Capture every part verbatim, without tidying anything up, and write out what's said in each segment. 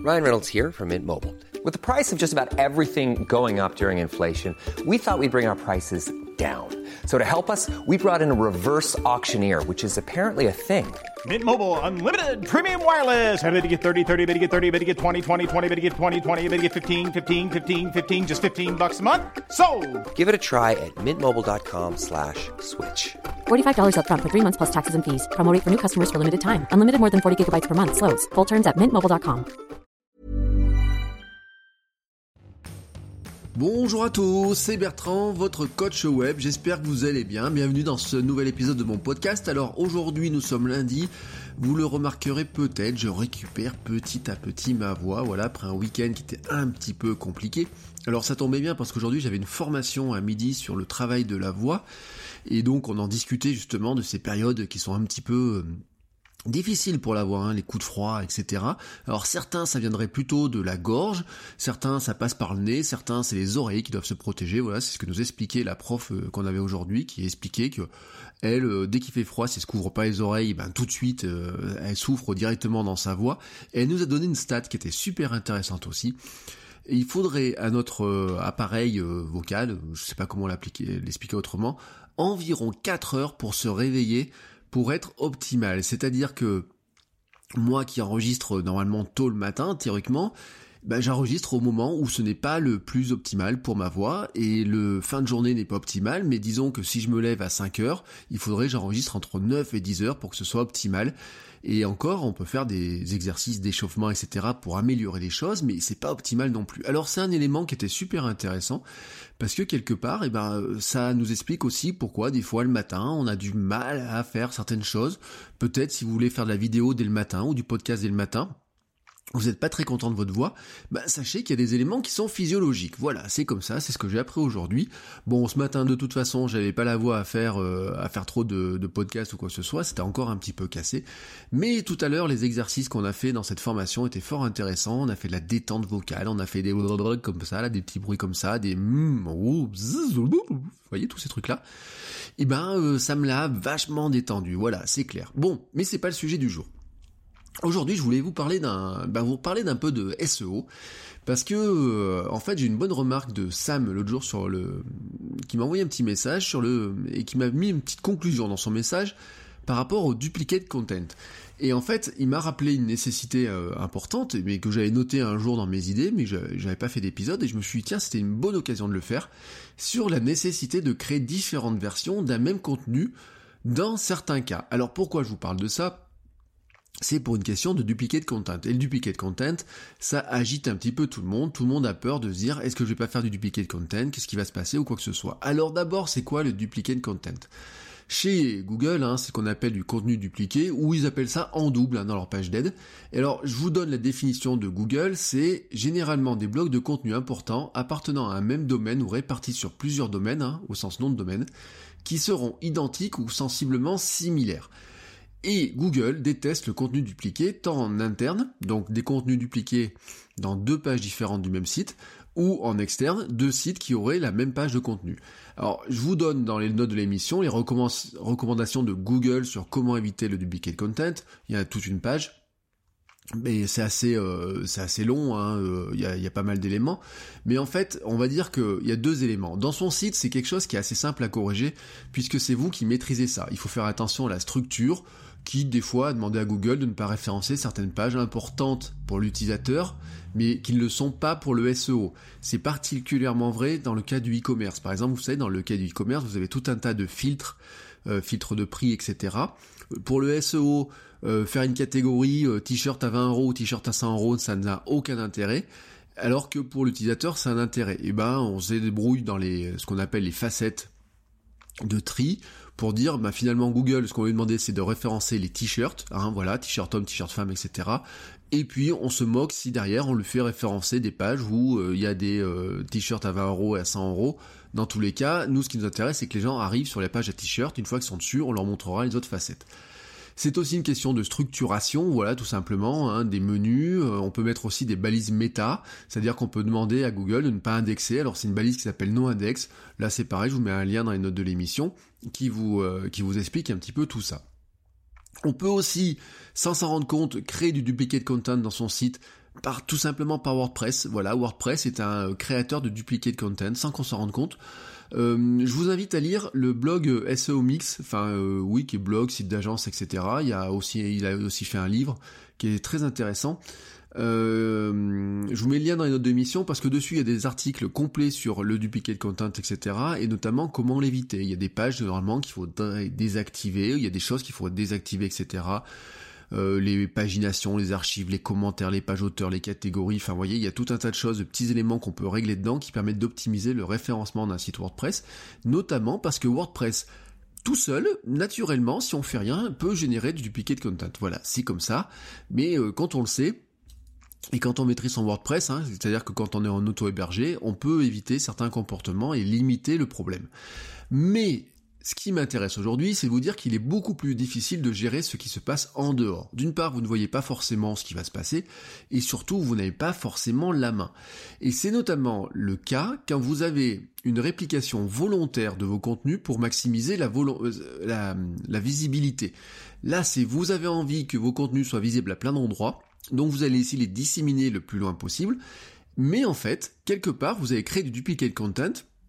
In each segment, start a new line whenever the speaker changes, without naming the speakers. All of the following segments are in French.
Ryan Reynolds here from Mint Mobile. With the price of just about everything going up during inflation, we thought we'd bring our prices down. So to help us, we brought in a reverse auctioneer, which is apparently a thing.
Mint Mobile Unlimited Premium Wireless. How to get thirty, thirty, how to get thirty, how to get twenty, twenty, twenty, how to get twenty, twenty, how to get fifteen, fifteen, fifteen, fifteen, just fifteen bucks a month? Sold!
Give it a try at mintmobile.com slash switch.
forty-five dollars up front for three months plus taxes and fees. Promo rate for new customers for limited time. Unlimited more than forty gigabytes per month. Slows full terms at mint mobile dot com.
Bonjour à tous, c'est Bertrand, votre coach web, j'espère que vous allez bien, bienvenue dans ce nouvel épisode de mon podcast. Alors aujourd'hui nous sommes lundi, vous le remarquerez peut-être, je récupère petit à petit ma voix, voilà, après un week-end qui était un petit peu compliqué. Alors ça tombait bien parce qu'aujourd'hui j'avais une formation à midi sur le travail de la voix, et donc on en discutait justement de ces périodes qui sont un petit peu... Euh, difficile pour la voix, hein, les coups de froid, et cetera. Alors certains, ça viendrait plutôt de la gorge, certains, ça passe par le nez, certains, c'est les oreilles qui doivent se protéger. Voilà, c'est ce que nous expliquait la prof euh, qu'on avait aujourd'hui, qui expliquait que elle, euh, dès qu'il fait froid, si elle se couvre pas les oreilles, ben tout de suite, euh, elle souffre directement dans sa voix. Et elle nous a donné une stat qui était super intéressante aussi. Et il faudrait à notre euh, appareil euh, vocal, je sais pas comment l'appliquer, l'expliquer autrement, environ quatre heures pour se réveiller pour être optimal. C'est-à-dire que moi qui enregistre normalement tôt le matin, théoriquement, ben j'enregistre au moment où ce n'est pas le plus optimal pour ma voix, et le fin de journée n'est pas optimal, mais disons que si je me lève à cinq heures, il faudrait que j'enregistre entre neuf et dix heures pour que ce soit optimal. Et encore, on peut faire des exercices d'échauffement, et cetera pour améliorer les choses, mais c'est pas optimal non plus. Alors c'est un élément qui était super intéressant, parce que quelque part, eh ben, ça nous explique aussi pourquoi des fois le matin, on a du mal à faire certaines choses. Peut-être si vous voulez faire de la vidéo dès le matin, ou du podcast dès le matin, vous n'êtes pas très content de votre voix, bah sachez qu'il y a des éléments qui sont physiologiques. Voilà, c'est comme ça, c'est ce que j'ai appris aujourd'hui. Bon, ce matin, de toute façon, j'avais pas la voix à faire euh, à faire trop de, de podcasts ou quoi que ce soit, c'était encore un petit peu cassé. Mais tout à l'heure, les exercices qu'on a fait dans cette formation étaient fort intéressants. On a fait de la détente vocale, on a fait des comme ça, là, des petits bruits comme ça, des mm, oh, zzz, vous voyez tous ces trucs-là. Et ben, euh, ça me l'a vachement détendu. Voilà, c'est clair. Bon, mais c'est pas le sujet du jour. Aujourd'hui, je voulais vous parler d'un, ben vous parler d'un peu de S E O, parce que euh, en fait, j'ai une bonne remarque de Sam l'autre jour sur le, qui m'a envoyé un petit message sur le, et qui m'a mis une petite conclusion dans son message par rapport au duplicate content. Et en fait, il m'a rappelé une nécessité euh, importante, mais que j'avais noté un jour dans mes idées, mais j'avais, j'avais pas fait d'épisode, et je me suis dit tiens, c'était une bonne occasion de le faire, sur la nécessité de créer différentes versions d'un même contenu dans certains cas. Alors pourquoi je vous parle de ça ? C'est pour une question de duplicate content. Et le duplicate content, ça agite un petit peu tout le monde. Tout le monde a peur de se dire, est-ce que je vais pas faire du duplicate content ? Qu'est-ce qui va se passer ou quoi que ce soit ? Alors d'abord, c'est quoi le duplicate content ? Chez Google, hein, c'est ce qu'on appelle du contenu dupliqué, ou ils appellent ça en double hein, dans leur page d'aide. Et alors, je vous donne la définition de Google, c'est généralement des blocs de contenu importants appartenant à un même domaine ou répartis sur plusieurs domaines, hein, au sens nom de domaine, qui seront identiques ou sensiblement similaires. Et Google déteste le contenu dupliqué tant en interne, donc des contenus dupliqués dans deux pages différentes du même site, ou en externe, deux sites qui auraient la même page de contenu. Alors, je vous donne dans les notes de l'émission les recommand- recommandations de Google sur comment éviter le duplicate content. Il y a toute une page. Mais c'est assez, euh, c'est assez long, hein, euh, il y a, il y a pas mal d'éléments. Mais en fait, on va dire qu'il y a deux éléments. Dans son site, c'est quelque chose qui est assez simple à corriger, puisque c'est vous qui maîtrisez ça. Il faut faire attention à la structure, qui des fois a demandé à Google de ne pas référencer certaines pages importantes pour l'utilisateur, mais qui ne le sont pas pour le S E O. C'est particulièrement vrai dans le cas du e-commerce. Par exemple, vous savez, dans le cas du e-commerce, vous avez tout un tas de filtres, euh, filtres de prix, et cetera. Pour le S E O, euh, faire une catégorie euh, t-shirt à vingt euros ou t-shirt à cent euros, ça n'a aucun intérêt. Alors que pour l'utilisateur, c'est un intérêt. Et ben, on se débrouille dans les, ce qu'on appelle les facettes de tri, pour dire, bah finalement Google, ce qu'on lui demandait, c'est de référencer les t-shirts, hein, voilà, t-shirt homme, t-shirt femme, et cetera. Et puis on se moque si derrière on lui fait référencer des pages où il euh, y a des euh, t-shirts à vingt euros et à cent euros. Dans tous les cas, nous ce qui nous intéresse, c'est que les gens arrivent sur les pages à t-shirt, une fois qu'ils sont dessus, on leur montrera les autres facettes. C'est aussi une question de structuration, voilà, tout simplement, hein, des menus. Euh, on peut mettre aussi des balises méta, c'est-à-dire qu'on peut demander à Google de ne pas indexer. Alors c'est une balise qui s'appelle no-index. Là c'est pareil, je vous mets un lien dans les notes de l'émission qui vous euh, qui vous explique un petit peu tout ça. On peut aussi, sans s'en rendre compte, créer du duplicate content dans son site par tout simplement par WordPress. Voilà, WordPress est un créateur de duplicate content sans qu'on s'en rende compte. Euh, je vous invite à lire le blog S E O Mix, enfin euh, oui, qui est blog, site d'agence, et cetera. Il y a aussi, il a aussi fait un livre qui est très intéressant. Euh, je vous mets le lien dans les notes d'émission parce que dessus il y a des articles complets sur le duplicate content, et cetera. Et notamment comment l'éviter. Il y a des pages normalement qu'il faut désactiver, il y a des choses qu'il faut désactiver, et cetera. Euh, les paginations, les archives, les commentaires, les pages auteurs, les catégories, enfin vous voyez, il y a tout un tas de choses, de petits éléments qu'on peut régler dedans qui permettent d'optimiser le référencement d'un site WordPress, notamment parce que WordPress tout seul, naturellement, si on fait rien, peut générer du duplicate content. Voilà, c'est comme ça, mais euh, quand on le sait, et quand on maîtrise son WordPress, hein, c'est-à-dire que quand on est en auto-hébergé, on peut éviter certains comportements et limiter le problème. Mais ce qui m'intéresse aujourd'hui, c'est de vous dire qu'il est beaucoup plus difficile de gérer ce qui se passe en dehors. D'une part, vous ne voyez pas forcément ce qui va se passer, et surtout, vous n'avez pas forcément la main. Et c'est notamment le cas quand vous avez une réplication volontaire de vos contenus pour maximiser la, volo- la, la visibilité. Là, c'est vous avez envie que vos contenus soient visibles à plein d'endroits, donc vous allez essayer de les disséminer le plus loin possible, mais en fait, quelque part, vous avez créé du duplicate content,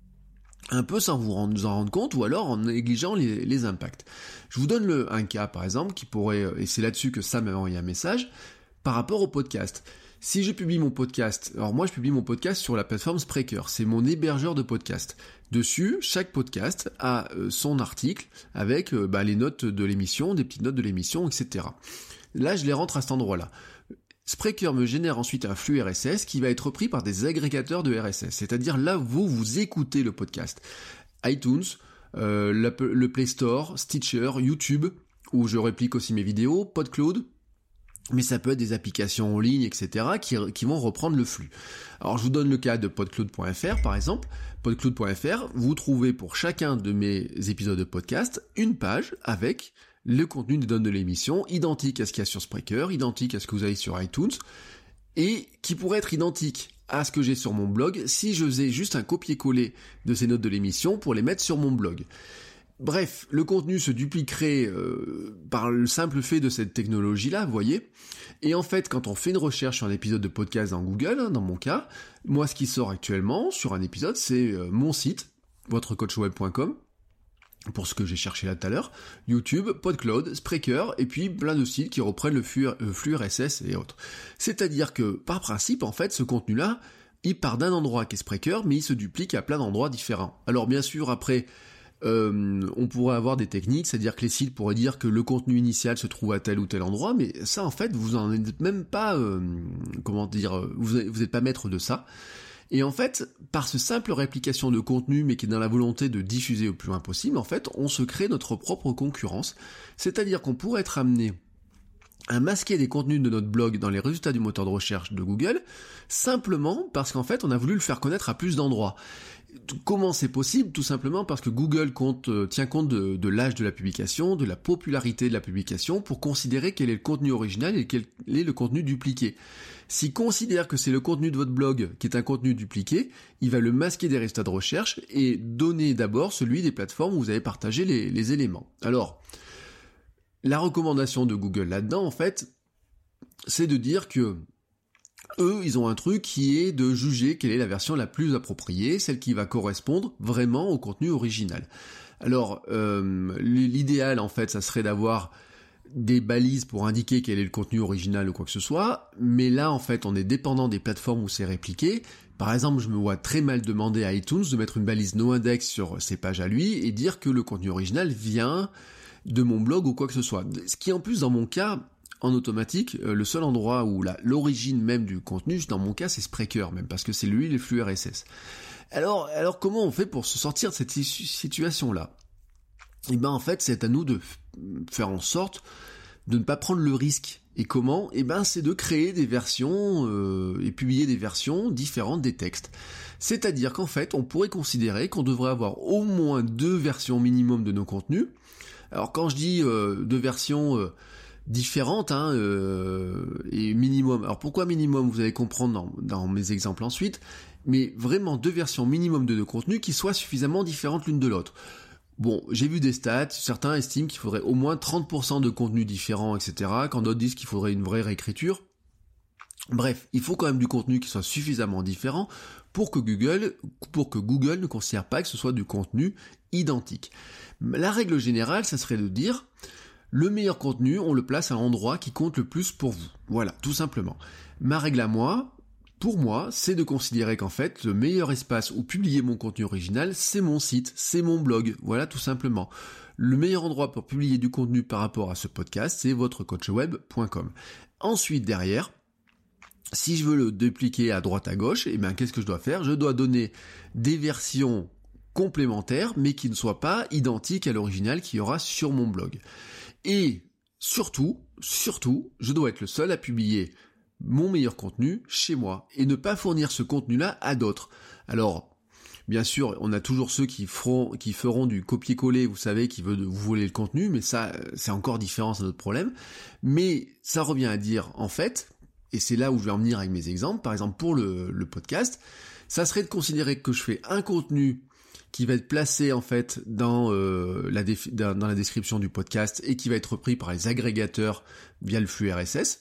un peu sans vous en rendre compte, ou alors en négligeant les, les impacts. Je vous donne le, un cas, par exemple, qui pourrait, et c'est là-dessus que Sam m'a envoyé un message, par rapport au podcast. Si je publie mon podcast, alors moi je publie mon podcast sur la plateforme Spreaker, c'est mon hébergeur de podcast. Dessus, chaque podcast a euh, son article avec euh, bah, les notes de l'émission, des petites notes de l'émission, et cetera. Là, je les rentre à cet endroit-là. Spreaker me génère ensuite un flux R S S qui va être repris par des agrégateurs de R S S, c'est-à-dire là vous, vous écoutez le podcast. iTunes, euh, le Play Store, Stitcher, YouTube, où je réplique aussi mes vidéos, PodCloud, mais ça peut être des applications en ligne, et cetera, qui, qui vont reprendre le flux. Alors je vous donne le cas de podcloud point f r par exemple. podcloud point f r, vous trouvez pour chacun de mes épisodes de podcast une page avec le contenu des données de l'émission, identique à ce qu'il y a sur Spreaker, identique à ce que vous avez sur iTunes, et qui pourrait être identique à ce que j'ai sur mon blog si je faisais juste un copier-coller de ces notes de l'émission pour les mettre sur mon blog. Bref, le contenu se dupliquerait euh, par le simple fait de cette technologie-là, vous voyez. Et en fait, quand on fait une recherche sur un épisode de podcast dans Google, hein, dans mon cas, moi ce qui sort actuellement sur un épisode, c'est euh, mon site, votre coach web point com, pour ce que j'ai cherché là tout à l'heure, YouTube, PodCloud, Spreaker, et puis plein de sites qui reprennent le flux, le flux R S S et autres. C'est-à-dire que, par principe, en fait, ce contenu-là, il part d'un endroit qui est Spreaker, mais il se duplique à plein d'endroits différents. Alors bien sûr, après, euh, on pourrait avoir des techniques, c'est-à-dire que les sites pourraient dire que le contenu initial se trouve à tel ou tel endroit, mais ça, en fait, vous en êtes même pas, euh, comment dire, vous n'êtes pas maître de ça. Et en fait, par ce simple réplication de contenu, mais qui est dans la volonté de diffuser au plus loin possible, en fait, on se crée notre propre concurrence. C'est-à-dire qu'on pourrait être amené à masquer des contenus de notre blog dans les résultats du moteur de recherche de Google, simplement parce qu'en fait, on a voulu le faire connaître à plus d'endroits. Comment c'est possible? Tout simplement parce que Google compte, euh, tient compte de, de l'âge de la publication, de la popularité de la publication, pour considérer quel est le contenu original et quel est le contenu dupliqué. S'il considère que c'est le contenu de votre blog qui est un contenu dupliqué, il va le masquer des résultats de recherche et donner d'abord celui des plateformes où vous avez partagé les, les éléments. Alors, la recommandation de Google là-dedans, en fait, c'est de dire que eux, ils ont un truc qui est de juger quelle est la version la plus appropriée, celle qui va correspondre vraiment au contenu original. Alors, euh, l'idéal, en fait, ça serait d'avoir des balises pour indiquer quel est le contenu original ou quoi que ce soit, mais là, en fait, on est dépendant des plateformes où c'est répliqué. Par exemple, je me vois très mal demander à iTunes de mettre une balise noindex sur ses pages à lui et dire que le contenu original vient de mon blog ou quoi que ce soit. Ce qui, en plus, dans mon cas, en automatique, le seul endroit où la, l'origine même du contenu, dans mon cas, c'est Spreaker même, parce que c'est lui les flux R S S. Alors, alors comment on fait pour se sortir de cette situation-là ? Eh ben, en fait, c'est à nous de faire en sorte de ne pas prendre le risque. Et comment ? Eh ben, c'est de créer des versions euh, et publier des versions différentes des textes. C'est-à-dire qu'en fait, on pourrait considérer qu'on devrait avoir au moins deux versions minimum de nos contenus. Alors, quand je dis euh, deux versions euh, différentes, hein, euh, et minimum. Alors, pourquoi minimum ? Vous allez comprendre dans, dans mes exemples ensuite. Mais vraiment deux versions minimum de nos contenus qui soient suffisamment différentes l'une de l'autre. Bon, j'ai vu des stats, certains estiment qu'il faudrait au moins trente pour cent de contenus différents, et cetera, quand d'autres disent qu'il faudrait une vraie réécriture. Bref, il faut quand même du contenu qui soit suffisamment différent pour que Google, pour que Google ne considère pas que ce soit du contenu identique. La règle générale, ça serait de dire, le meilleur contenu, on le place à l'endroit qui compte le plus pour vous. Voilà, tout simplement. Ma règle à moi, pour moi, c'est de considérer qu'en fait, le meilleur espace où publier mon contenu original, c'est mon site, c'est mon blog. Voilà, tout simplement. Le meilleur endroit pour publier du contenu par rapport à ce podcast, c'est votre coach web point com. Ensuite, derrière, si je veux le dupliquer à droite à gauche, eh bien, qu'est-ce que je dois faire ? Je dois donner des versions complémentaires, mais qui ne soient pas identiques à l'original qu'il y aura sur mon blog. Et surtout, surtout, je dois être le seul à publier mon meilleur contenu chez moi et ne pas fournir ce contenu-là à d'autres. Alors, bien sûr, on a toujours ceux qui feront, qui feront du copier-coller, vous savez, qui veulent vous voler le contenu, mais ça, c'est encore différent, c'est notre problème. Mais ça revient à dire, en fait, et c'est là où je vais en venir avec mes exemples, par exemple pour le, le podcast, ça serait de considérer que je fais un contenu qui va être placé en fait dans, euh, la défi- dans la description du podcast et qui va être repris par les agrégateurs via le flux R S S,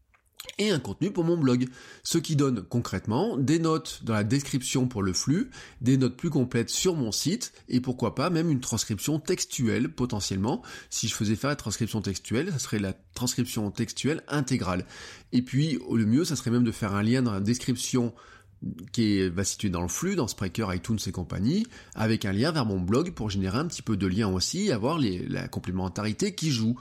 et un contenu pour mon blog, ce qui donne concrètement des notes dans la description pour le flux, des notes plus complètes sur mon site, et pourquoi pas même une transcription textuelle potentiellement. Si je faisais faire la transcription textuelle, ça serait la transcription textuelle intégrale. Et puis, le mieux, ça serait même de faire un lien dans la description qui est, va situer dans le flux, dans Spreaker, iTunes et compagnie, avec un lien vers mon blog pour générer un petit peu de lien aussi, avoir les, la complémentarité qui joue.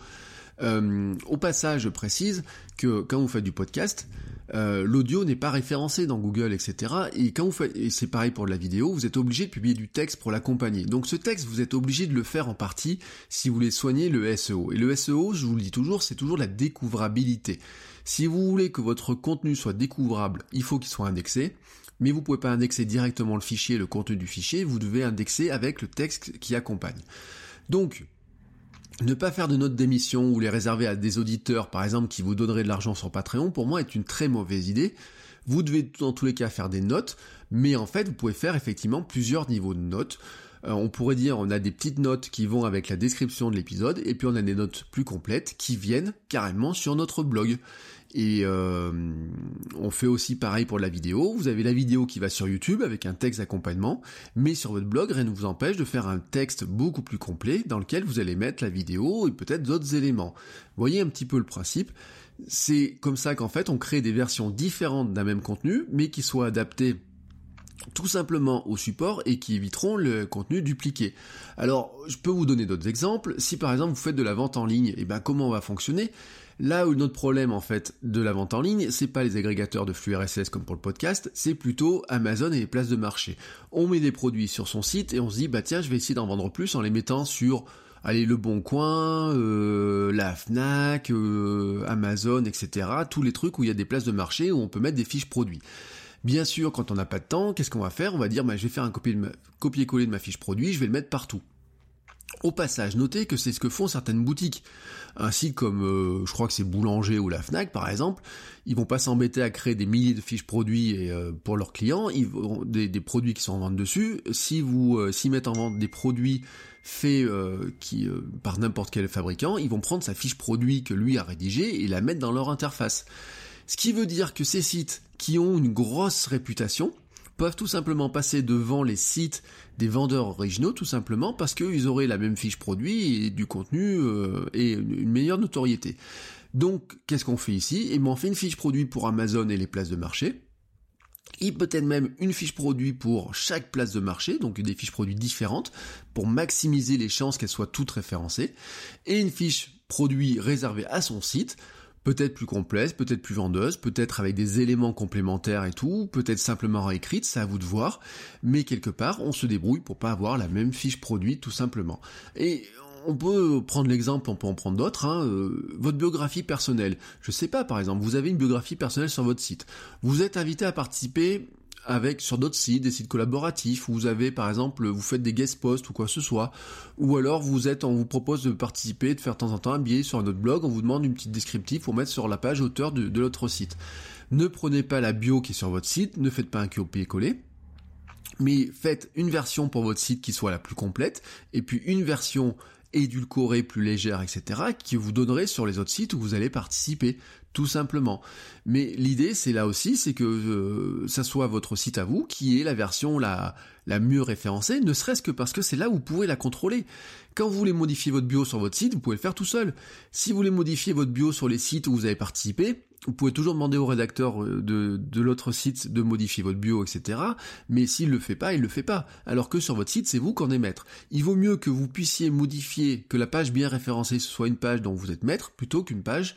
Euh, au passage, je précise que quand vous faites du podcast, euh, l'audio n'est pas référencé dans Google, et cetera. Et quand vous faites, et c'est pareil pour la vidéo, vous êtes obligé de publier du texte pour l'accompagner. Donc ce texte, vous êtes obligé de le faire en partie si vous voulez soigner le S E O. Et le S E O, je vous le dis toujours, c'est toujours la découvrabilité. Si vous voulez que votre contenu soit découvrable, il faut qu'il soit indexé. Mais vous pouvez pas indexer directement le fichier, le contenu du fichier, vous devez indexer avec le texte qui accompagne. Donc, ne pas faire de notes d'émission ou les réserver à des auditeurs, par exemple, qui vous donneraient de l'argent sur Patreon, pour moi, est une très mauvaise idée. Vous devez, dans tous les cas, faire des notes, mais en fait, vous pouvez faire effectivement plusieurs niveaux de notes. Euh, on pourrait dire, on a des petites notes qui vont avec la description de l'épisode, et puis on a des notes plus complètes qui viennent carrément sur notre blog. Et euh, on fait aussi pareil pour la vidéo. Vous avez la vidéo qui va sur YouTube avec un texte d'accompagnement, mais sur votre blog, rien ne vous empêche de faire un texte beaucoup plus complet dans lequel vous allez mettre la vidéo et peut-être d'autres éléments. Vous voyez un petit peu le principe. C'est comme ça qu'en fait on crée des versions différentes d'un même contenu, mais qui soient adaptées tout simplement au support et qui éviteront le contenu dupliqué. Alors, je peux vous donner d'autres exemples. Si par exemple vous faites de la vente en ligne, et ben comment on va fonctionner ? Là où notre problème en fait de la vente en ligne, c'est pas les agrégateurs de flux R S S comme pour le podcast, c'est plutôt Amazon et les places de marché. On met des produits sur son site et on se dit bah tiens je vais essayer d'en vendre plus en les mettant sur allez Le Bon Coin, euh, la Fnac, euh, Amazon, et cetera. Tous les trucs où il y a des places de marché où on peut mettre des fiches produits. Bien sûr, quand on n'a pas de temps, qu'est-ce qu'on va faire ? On va dire bah, je vais faire un copier de ma, copier-coller de ma fiche produit, je vais le mettre partout. Au passage, notez que c'est ce que font certaines boutiques. Un site comme, euh, je crois que c'est Boulanger ou la Fnac par exemple, ils vont pas s'embêter à créer des milliers de fiches produits et, euh, pour leurs clients, ils vont, des, des produits qui sont en vente dessus. Si vous euh, s'ils mettent en vente des produits faits euh, qui, euh, par n'importe quel fabricant, ils vont prendre sa fiche produit que lui a rédigée et la mettre dans leur interface. Ce qui veut dire que ces sites qui ont une grosse réputation peuvent tout simplement passer devant les sites des vendeurs originaux, tout simplement parce qu'ils auraient la même fiche produit et du contenu euh, et une meilleure notoriété. Donc, qu'est-ce qu'on fait ici ? Eh bien, on fait une fiche produit pour Amazon et les places de marché, et peut-être même une fiche produit pour chaque place de marché, donc des fiches produits différentes, pour maximiser les chances qu'elles soient toutes référencées, et une fiche produit réservée à son site, peut-être plus complexe, peut-être plus vendeuse, peut-être avec des éléments complémentaires et tout, peut-être simplement réécrite, c'est à vous de voir, mais quelque part, on se débrouille pour pas avoir la même fiche produit, tout simplement. Et on peut prendre l'exemple, on peut en prendre d'autres, hein, euh, votre biographie personnelle. Je sais pas, par exemple, vous avez une biographie personnelle sur votre site. Vous êtes invité à participer avec sur d'autres sites, des sites collaboratifs, où vous avez par exemple, vous faites des guest posts ou quoi que ce soit, ou alors vous êtes, on vous propose de participer, de faire de temps en temps un billet sur notre blog, on vous demande une petite descriptif pour mettre sur la page auteur de, de l'autre site. Ne prenez pas la bio qui est sur votre site, ne faites pas un copier-coller, mais faites une version pour votre site qui soit la plus complète, et puis une version édulcorée, plus légère, et cetera, que vous donnerez sur les autres sites où vous allez participer, tout simplement. Mais l'idée, c'est là aussi, c'est que euh, ça soit votre site à vous qui est la version la, la mieux référencée, ne serait-ce que parce que c'est là où vous pouvez la contrôler. Quand vous voulez modifier votre bio sur votre site, vous pouvez le faire tout seul. Si vous voulez modifier votre bio sur les sites où vous avez participé, vous pouvez toujours demander au rédacteur de, de l'autre site de modifier votre bio, et cetera. Mais s'il le fait pas, il le fait pas. Alors que sur votre site, c'est vous qui en êtes maître. Il vaut mieux que vous puissiez modifier, que la page bien référencée soit une page dont vous êtes maître, plutôt qu'une page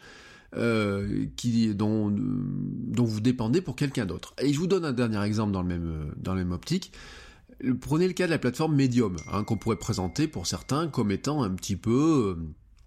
euh, qui dont, dont vous dépendez pour quelqu'un d'autre. Et je vous donne un dernier exemple dans le même dans la même optique. Prenez le cas de la plateforme Medium, hein, qu'on pourrait présenter pour certains comme étant un petit peu, euh,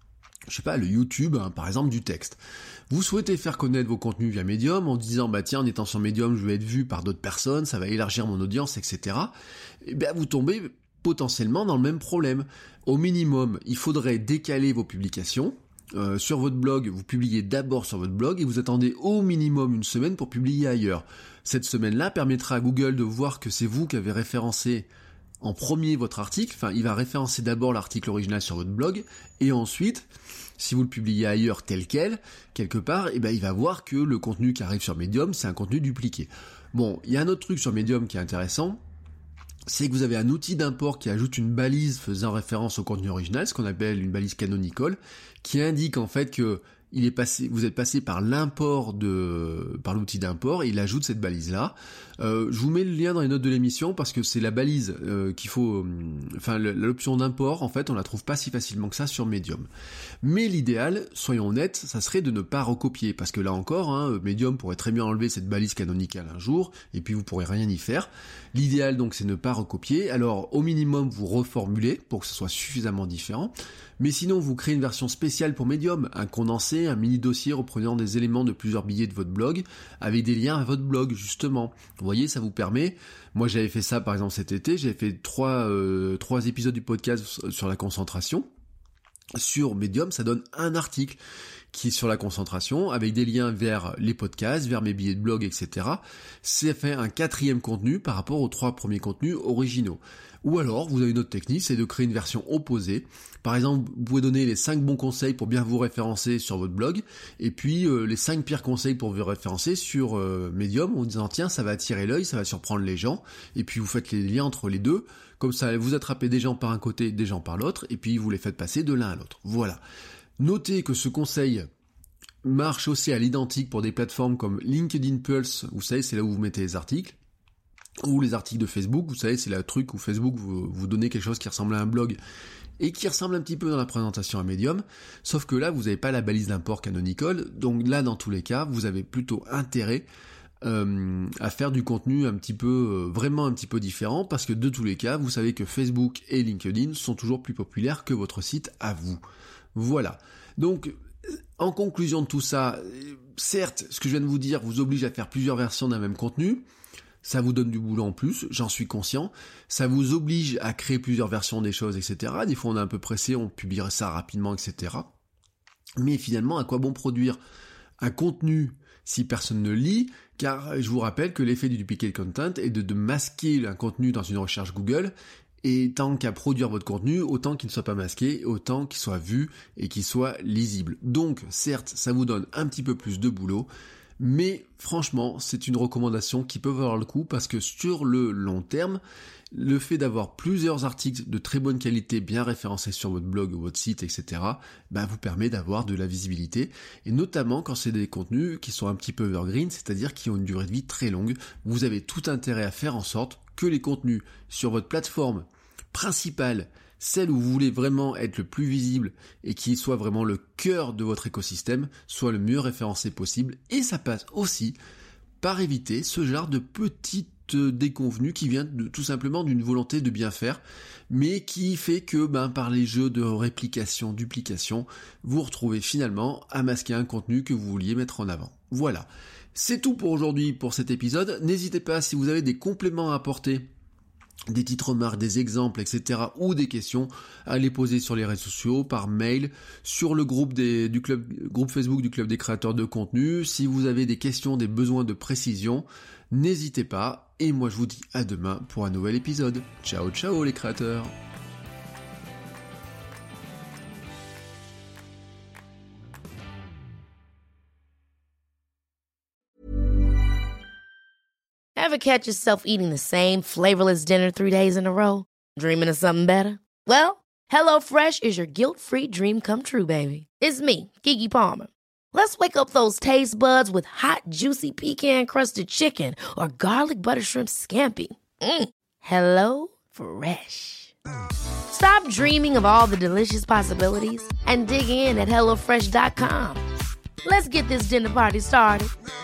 je sais pas, le YouTube, hein, par exemple, du texte. Vous souhaitez faire connaître vos contenus via Medium en disant, bah tiens, en étant sur Medium, je vais être vu par d'autres personnes, ça va élargir mon audience, et cetera. Et bien, vous tombez potentiellement dans le même problème. Au minimum, il faudrait décaler vos publications. Euh, sur votre blog, vous publiez d'abord sur votre blog et vous attendez au minimum une semaine pour publier ailleurs. Cette semaine-là permettra à Google de voir que c'est vous qui avez référencé en premier votre article, enfin il va référencer d'abord l'article original sur votre blog, et ensuite, si vous le publiez ailleurs tel quel, quelque part, et ben il va voir que le contenu qui arrive sur Medium, c'est un contenu dupliqué. Bon, il y a un autre truc sur Medium qui est intéressant, c'est que vous avez un outil d'import qui ajoute une balise faisant référence au contenu original, ce qu'on appelle une balise canonical, qui indique en fait que il est passé, vous êtes passé par l'import de, par l'outil d'import, et il ajoute cette balise-là. Euh, je vous mets le lien dans les notes de l'émission parce que c'est la balise euh, qu'il faut, euh, enfin l'option d'import, en fait, on la trouve pas si facilement que ça sur Medium. Mais l'idéal, soyons honnêtes, ça serait de ne pas recopier, parce que là encore, hein, Medium pourrait très bien enlever cette balise canonicale un jour, et puis vous pourrez rien y faire. L'idéal donc, c'est ne pas recopier. Alors, au minimum, vous reformulez pour que ce soit suffisamment différent. Mais sinon, vous créez une version spéciale pour Medium, un condensé, un mini dossier reprenant des éléments de plusieurs billets de votre blog, avec des liens à votre blog, justement. Vous voyez, ça vous permet, moi j'avais fait ça par exemple cet été, j'avais fait trois, euh, trois épisodes du podcast sur la concentration. Sur Medium, ça donne un article qui est sur la concentration, avec des liens vers les podcasts, vers mes billets de blog, et cetera. C'est fait un quatrième contenu par rapport aux trois premiers contenus originaux. Ou alors, vous avez une autre technique, c'est de créer une version opposée. Par exemple, vous pouvez donner les cinq bons conseils pour bien vous référencer sur votre blog, et puis euh, les cinq pires conseils pour vous référencer sur euh, Medium, en disant tiens, ça va attirer l'œil, ça va surprendre les gens, et puis vous faites les liens entre les deux, comme ça vous attrapez des gens par un côté, des gens par l'autre, et puis vous les faites passer de l'un à l'autre. Voilà. Notez que ce conseil marche aussi à l'identique pour des plateformes comme LinkedIn Pulse, vous savez, c'est là où vous mettez les articles, ou les articles de Facebook, vous savez, c'est le truc où Facebook vous, vous donnez quelque chose qui ressemble à un blog, et qui ressemble un petit peu dans la présentation à Medium, sauf que là, vous n'avez pas la balise d'import canonical, donc là, dans tous les cas, vous avez plutôt intérêt euh, à faire du contenu un petit peu, euh, vraiment un petit peu différent, parce que de tous les cas, vous savez que Facebook et LinkedIn sont toujours plus populaires que votre site à vous. Voilà. Donc, en conclusion de tout ça, certes, ce que je viens de vous dire vous oblige à faire plusieurs versions d'un même contenu, ça vous donne du boulot en plus, j'en suis conscient, ça vous oblige à créer plusieurs versions des choses, et cetera. Des fois on est un peu pressé, on publierait ça rapidement, et cetera. Mais finalement, à quoi bon produire un contenu si personne ne lit, car je vous rappelle que l'effet du duplicate content est de, de masquer un contenu dans une recherche Google, et tant qu'à produire votre contenu, autant qu'il ne soit pas masqué, autant qu'il soit vu et qu'il soit lisible. Donc, certes, ça vous donne un petit peu plus de boulot, mais franchement, c'est une recommandation qui peut valoir le coup parce que sur le long terme, le fait d'avoir plusieurs articles de très bonne qualité bien référencés sur votre blog ou votre site, et cetera, bah, vous permet d'avoir de la visibilité, et notamment quand c'est des contenus qui sont un petit peu evergreen, c'est-à-dire qui ont une durée de vie très longue, vous avez tout intérêt à faire en sorte que les contenus sur votre plateforme principale, celle où vous voulez vraiment être le plus visible et qui soit vraiment le cœur de votre écosystème, soit le mieux référencé possible. Et ça passe aussi par éviter ce genre de petites déconvenues qui viennent de, tout simplement d'une volonté de bien faire, mais qui fait que ben, par les jeux de réplication, duplication, vous retrouvez finalement à masquer un contenu que vous vouliez mettre en avant. Voilà. C'est tout pour aujourd'hui pour cet épisode. N'hésitez pas, si vous avez des compléments à apporter, des petites remarques, des exemples, et cetera, ou des questions, à les poser sur les réseaux sociaux, par mail, sur le groupe des, du club, groupe Facebook du Club des créateurs de contenu. Si vous avez des questions, des besoins de précision, n'hésitez pas. Et moi, je vous dis à demain pour un nouvel épisode. Ciao, ciao les créateurs!
Ever catch yourself eating the same flavorless dinner three days in a row? Dreaming of something better? Well, HelloFresh is your guilt-free dream come true, baby. It's me, Keke Palmer. Let's wake up those taste buds with hot, juicy pecan-crusted chicken or garlic butter shrimp scampi. Mm. Hello Fresh. Stop dreaming of all the delicious possibilities and dig in at hello fresh dot com. Let's get this dinner party started.